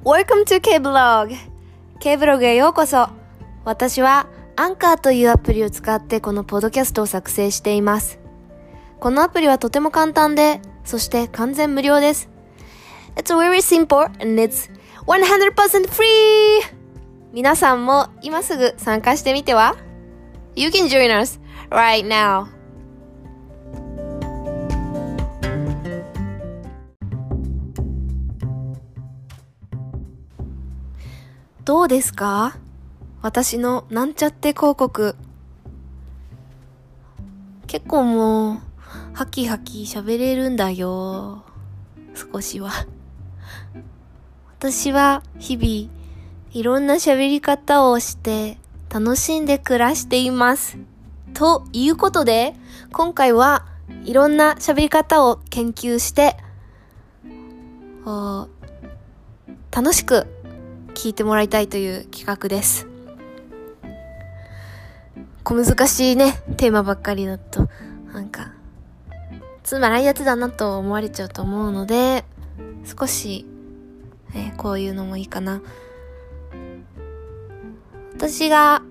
Welcome to K-Blog! K-Blog へようこそ。私はアンカーというアプリを使ってこのポッドキャストを作成しています。このアプリはとても簡単で、そして完全無料です。It's very simple and it's 100% free! 皆さんも今すぐ参加してみては？ You can join us right now! どうですか？私のなんちゃって広告。結構もう、ハキハキ喋れるんだよ。少しは。私は日々、いろんな喋り方をして楽しんで暮らしています。ということで、今回はいろんな喋り方を研究して、楽しく聞いてもらいたいという企画です。小難しいね、テーマばっかりだと、つまらんやつだなと思われちゃうと思うので、少し、こういうのもいいかな。私が、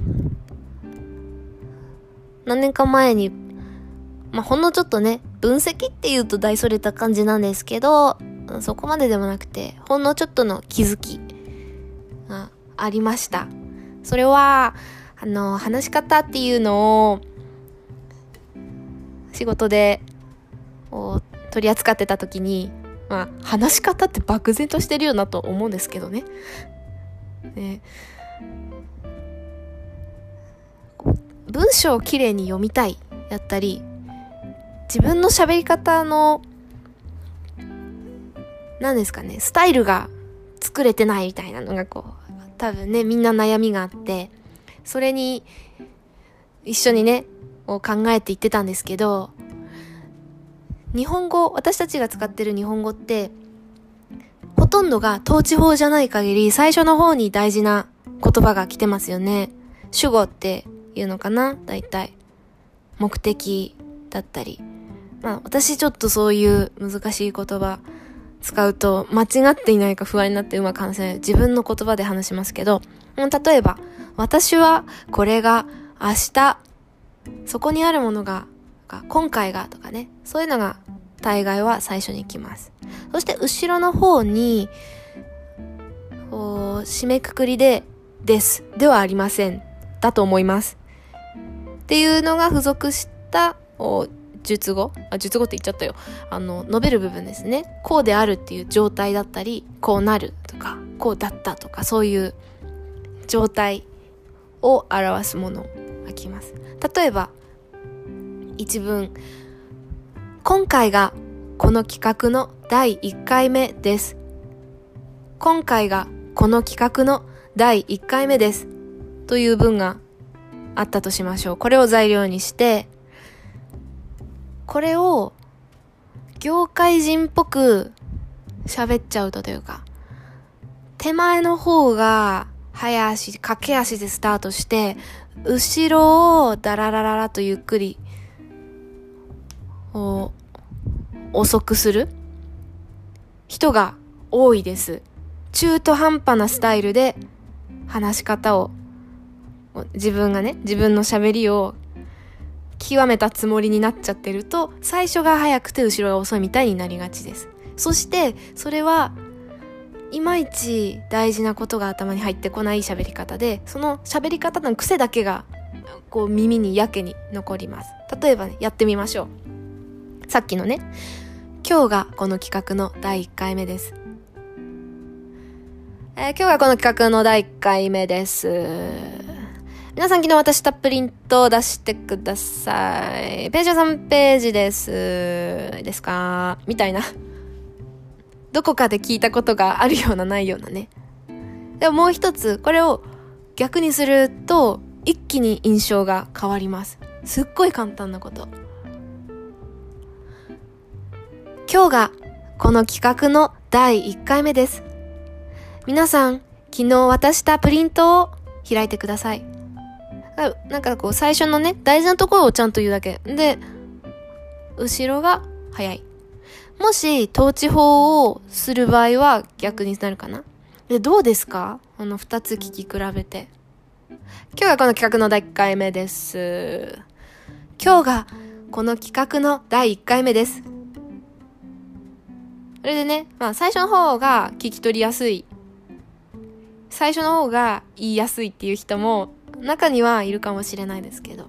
何年か前に、ほんのちょっとね、分析っていうと大それた感じなんですけど、そこまででもなくて、ほんのちょっとの気づきがありました。それは、話し方っていうのを、仕事で、取り扱ってた時に、話し方って漠然としてるよなと思うんですけどね。文章をきれいに読みたいやったり、自分の喋り方のスタイルが作れてないみたいなのが多分ね、みんな悩みがあって、それに一緒にね考えていってたんですけど、日本語、私たちが使ってる日本語ってほとんどが統治法じゃない限り最初の方に大事な言葉が来てますよね。主語っていうのかな、大体目的だったり、私ちょっとそういう難しい言葉使うと間違っていないか不安になってうまく話せない、自分の言葉で話しますけど、例えば私はこれが明日、そこにあるものが今回がとかね、そういうのが大概は最初に来ます。そして後ろの方に締めくくりでですではありませんだと思いますっていうのが付属した述語って言っちゃったよ。述べる部分ですね。こうであるっていう状態だったり、こうなるとか、こうだったとか、そういう状態を表すものが来ます。例えば、一文、今回がこの企画の第1回目です。今回がこの企画の第1回目です。という文があったとしましょう。これを材料にして、これを業界人っぽく喋っちゃうというか、手前の方が早足、駆け足でスタートして、後ろをダララララとゆっくり遅くする人が多いです。中途半端なスタイルで話し方を、自分の喋りを極めたつもりになっちゃってると、最初が早くて後ろが遅いみたいになりがちです。そしてそれはいまいち大事なことが頭に入ってこない喋り方で、その喋り方の癖だけが耳にやけに残ります。例えばね、やってみましょう。さっきのね、今日がこの企画の第1回目です。今日がこの企画の第1回目です。皆さん昨日渡したプリントを出してください。ページは3ページです。ですかみたいな。どこかで聞いたことがあるようなないようなね。でももう一つ、これを逆にすると一気に印象が変わります。すっごい簡単なこと。今日がこの企画の第1回目です。皆さん、昨日渡したプリントを開いてください。最初のね、大事なところをちゃんと言うだけ。で、後ろが早い。もし、統治法をする場合は逆になるかな。 で、どうですか？二つ聞き比べて。今日がこの企画の第1回目です。今日がこの企画の第1回目です。それでね、最初の方が聞き取りやすい。最初の方が言いやすいっていう人も中にはいるかもしれないですけど。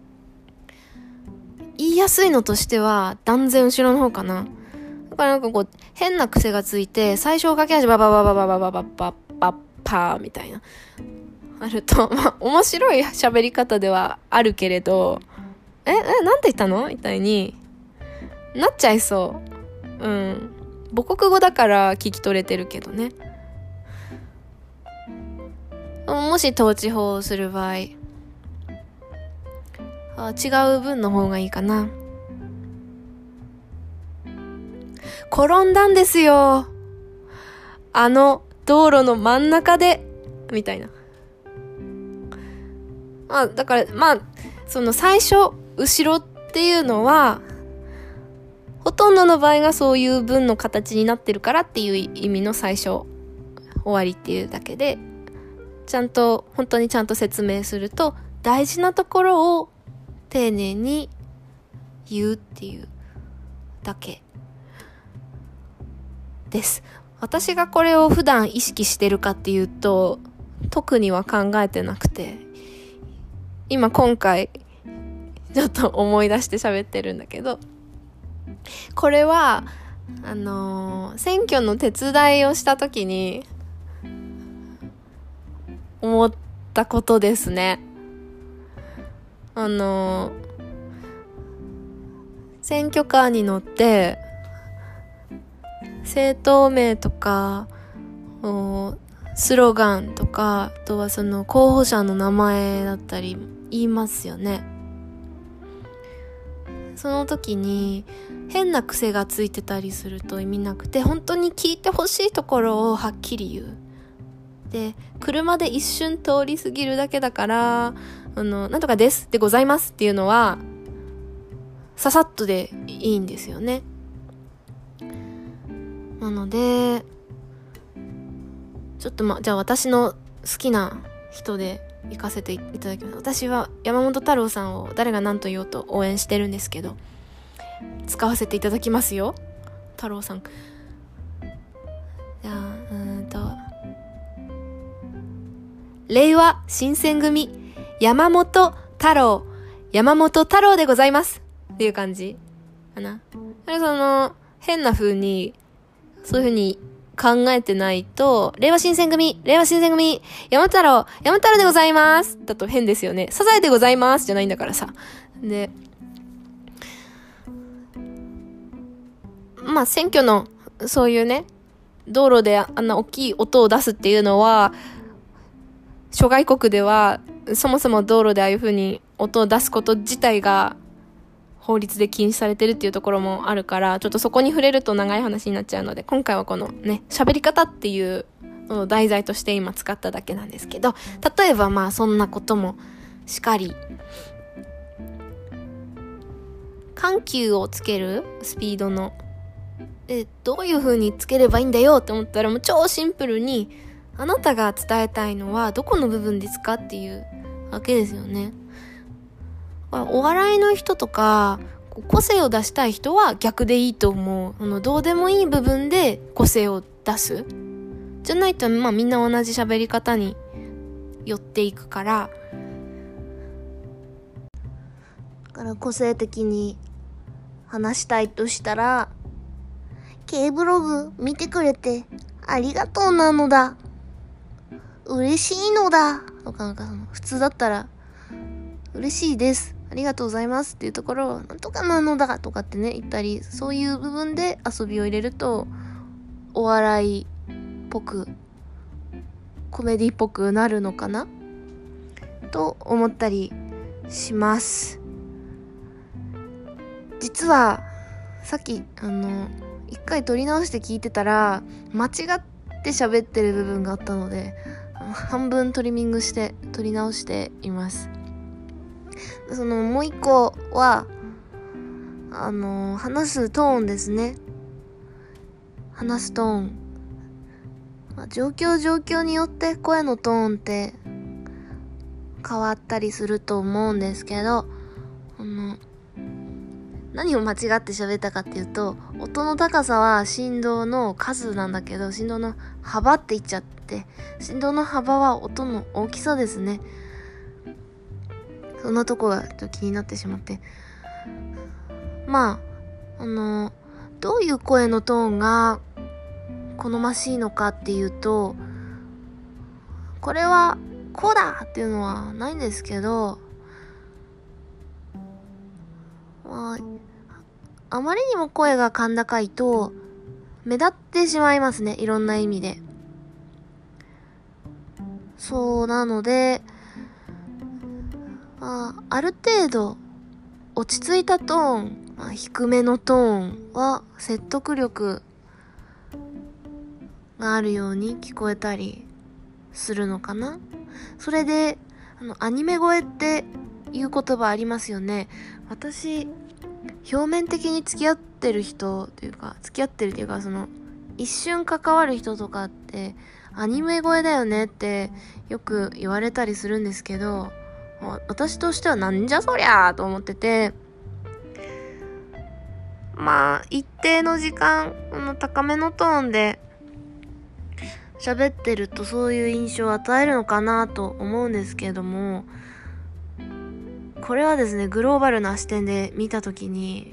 言いやすいのとしては断然後ろの方かな。だからなんかこう変な癖がついて最初書き味ババババババババババパーみたいなあると面白い喋り方ではあるけれどなんて言ったのみたいになっちゃいそう。母国語だから聞き取れてるけどね。もし統治法をする場合違う文の方がいいかな。転んだんですよ。道路の真ん中で、みたいな。だから、その最初、後ろっていうのは、ほとんどの場合がそういう文の形になってるからっていう意味の最初、終わりっていうだけで、本当にちゃんと説明すると、大事なところを丁寧に言うっていうだけです。私がこれを普段意識してるかっていうと、特には考えてなくて、今回ちょっと思い出して喋ってるんだけど、これは選挙の手伝いをした時に思ったことですね。選挙カーに乗って政党名とかスローガンとか、あとはその候補者の名前だったり言いますよね。その時に変な癖がついてたりすると意味なくて、本当に聞いてほしいところをはっきり言う。で、車で一瞬通り過ぎるだけだからなんとかですでございますっていうのはささっとでいいんですよね。なのでちょっとじゃあ私の好きな人で行かせていただきます。私は山本太郎さんを誰が何と言おうと応援してるんですけど、使わせていただきますよ。太郎さん。じゃあ令和新選組山本太郎でございますっていう感じかな。変な風にそういう風に考えてないと、令和新選組山本太郎でございますだと変ですよね。サザエでございますじゃないんだからさ。で、選挙のそういうね、道路であんな大きい音を出すっていうのは、諸外国ではそもそも道路でああいう風に音を出すこと自体が法律で禁止されてるっていうところもあるから、ちょっとそこに触れると長い話になっちゃうので、今回はこのね、喋り方っていうのを題材として今使っただけなんですけど、例えばそんなこともしかり、緩急をつけるスピードのどういう風につければいいんだよって思ったら、もう超シンプルに、あなたが伝えたいのはどこの部分ですかっていうわけですよね。お笑いの人とか個性を出したい人は逆でいいと思う。どうでもいい部分で個性を出すじゃないとみんな同じ喋り方に寄っていくから、だから個性的に話したいとしたら、 K ブログ見てくれてありがとうなのだ、嬉しいのだとか、普通だったら嬉しいですありがとうございますっていうところをなんとかなのだとかってね言ったり、そういう部分で遊びを入れるとお笑いっぽくコメディっぽくなるのかなと思ったりします。実はさっき一回撮り直して聞いてたら間違って喋ってる部分があったので、半分トリミングして撮り直しています。もう一個は話すトーンですね。話すトーン状況によって声のトーンって変わったりすると思うんですけど、何を間違って喋ったかっていうと、音の高さは振動の数なんだけど、振動の幅って言っちゃって、振動の幅は音の大きさですね。そんなとこがちょっと気になってしまって。どういう声のトーンが好ましいのかっていうと、これはこうだっていうのはないんですけど、あまりにも声が甲高いと目立ってしまいますね、いろんな意味で。そうなので、ある程度落ち着いたトーン、低めのトーンは説得力があるように聞こえたりするのかな。それでアニメ声っていう言葉ありますよね。私表面的に付き合ってるっていうかその一瞬関わる人とかってアニメ声だよねってよく言われたりするんですけど、私としてはなんじゃそりゃーと思ってて、一定の時間高めのトーンで喋ってるとそういう印象を与えるのかなと思うんですけれども、これはですね、グローバルな視点で見たときに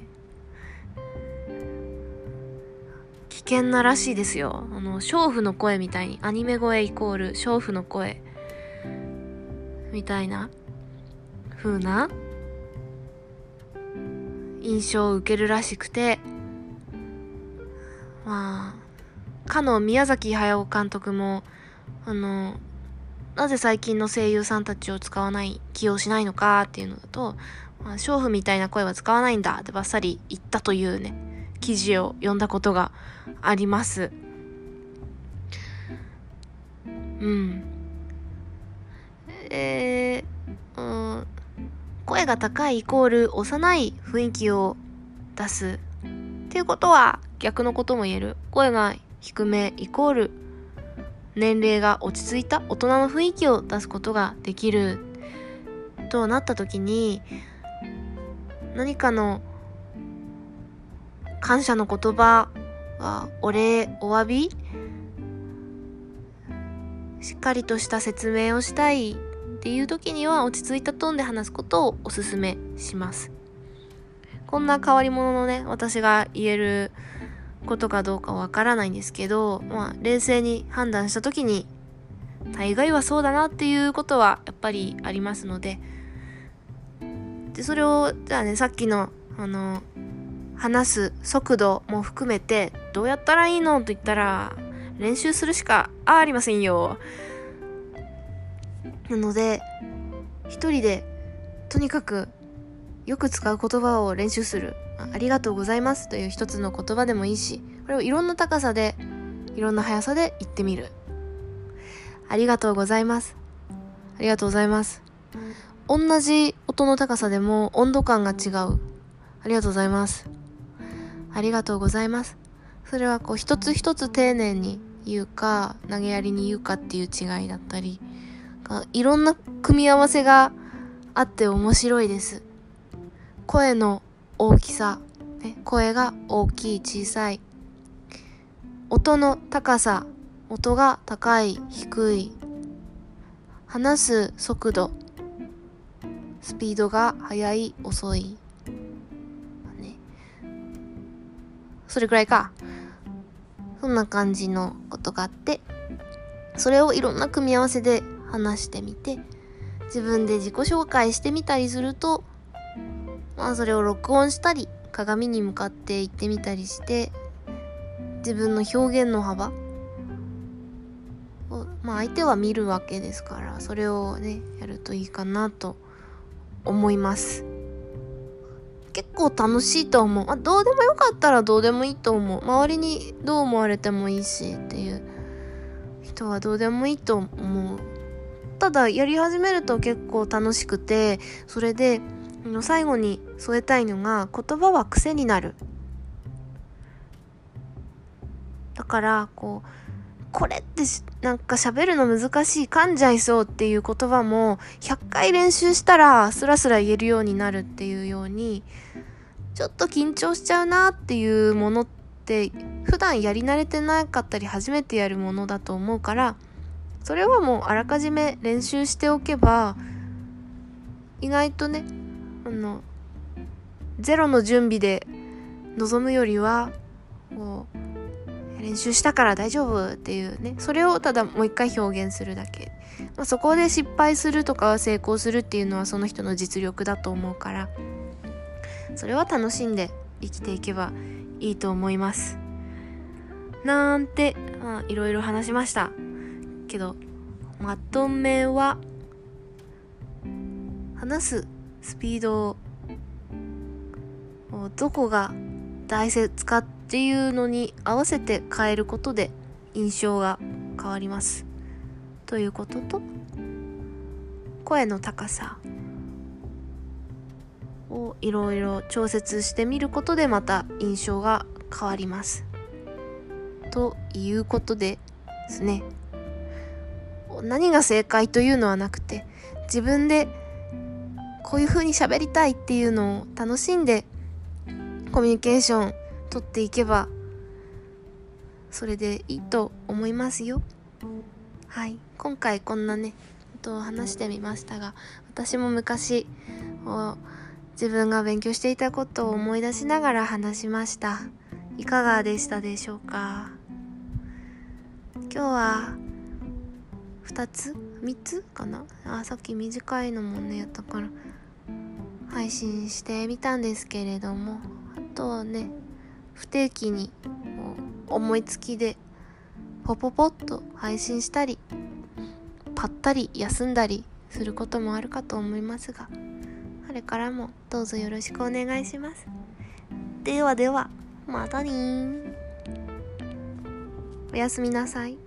危険ならしいですよ。娼婦の声みたいに、アニメ声イコール娼婦の声みたいな風な印象を受けるらしくて、かの宮崎駿監督もなぜ最近の声優さんたちを起用しないのかっていうのだと、娼婦みたいな声は使わないんだってバッサリ言ったというね、記事を読んだことがあります。声が高いイコール幼い雰囲気を出すっていうことは逆のことも言える。声が低めイコール年齢が落ち着いた大人の雰囲気を出すことができるとなった時に、何かの感謝の言葉お礼お詫びしっかりとした説明をしたいっていう時には落ち着いたトーンで話すことをおすすめします。こんな変わり者のね、私が言えることかどうかわからないんですけど、冷静に判断した時に大概はそうだなっていうことはやっぱりありますので、それをじゃあね、さっきの話す速度も含めてどうやったらいいのと言ったら、練習するしかありませんよ。なので一人でとにかくよく使う言葉を練習する。ありがとうございますという一つの言葉でもいいし、これをいろんな高さでいろんな速さで言ってみる。ありがとうございます。ありがとうございます。同じ音の高さでも温度感が違う。ありがとうございます。ありがとうございます。それは一つ一つ丁寧に言うか投げやりに言うかっていう違いだったり、いろんな組み合わせがあって面白いです。声の大きさ、声が大きい小さい、音の高さ、音が高い低い、話す速度、スピードが速い遅い、それくらいか。そんな感じのことがあって、それをいろんな組み合わせで話してみて、自分で自己紹介してみたりすると、それを録音したり鏡に向かって言ってみたりして、自分の表現の幅を、相手は見るわけですから、それをねやるといいかなと思います。結構楽しいと思う。どうでもよかったらどうでもいいと思う。周りにどう思われてもいいしっていう人はどうでもいいと思う。ただやり始めると結構楽しくて、それで最後に添えたいのが、言葉は癖になる。だからこれってなんか喋るの難しい、噛んじゃいそうっていう言葉も100回練習したらスラスラ言えるようになるっていうように、ちょっと緊張しちゃうなっていうものって普段やり慣れてなかったり初めてやるものだと思うから、それはもうあらかじめ練習しておけば意外とね、ゼロの準備で臨むよりはこう練習したから大丈夫っていうね、それをただもう一回表現するだけ、そこで失敗するとか成功するっていうのはその人の実力だと思うから、それは楽しんで生きていけばいいと思いますなんて、いろいろ話しましたけど、まとめは話すスピードをどこが大切かっていうのに合わせて変えることで印象が変わりますということと、声の高さをいろいろ調節してみることでまた印象が変わりますということですね。何が正解というのはなくて、自分でこういう風に喋りたいっていうのを楽しんでコミュニケーション取っていけばそれでいいと思いますよ。はい、今回こんなねことを話してみましたが、私も昔自分が勉強していたことを思い出しながら話しました。いかがでしたでしょうか。今日は2つ3つかな、さっき短いのもねやったから配信してみたんですけれども、あとはね不定期に思いつきでポポポッと配信したりぱったり休んだりすることもあるかと思いますが、これからもどうぞよろしくお願いします。ではではまたねー。おやすみなさい。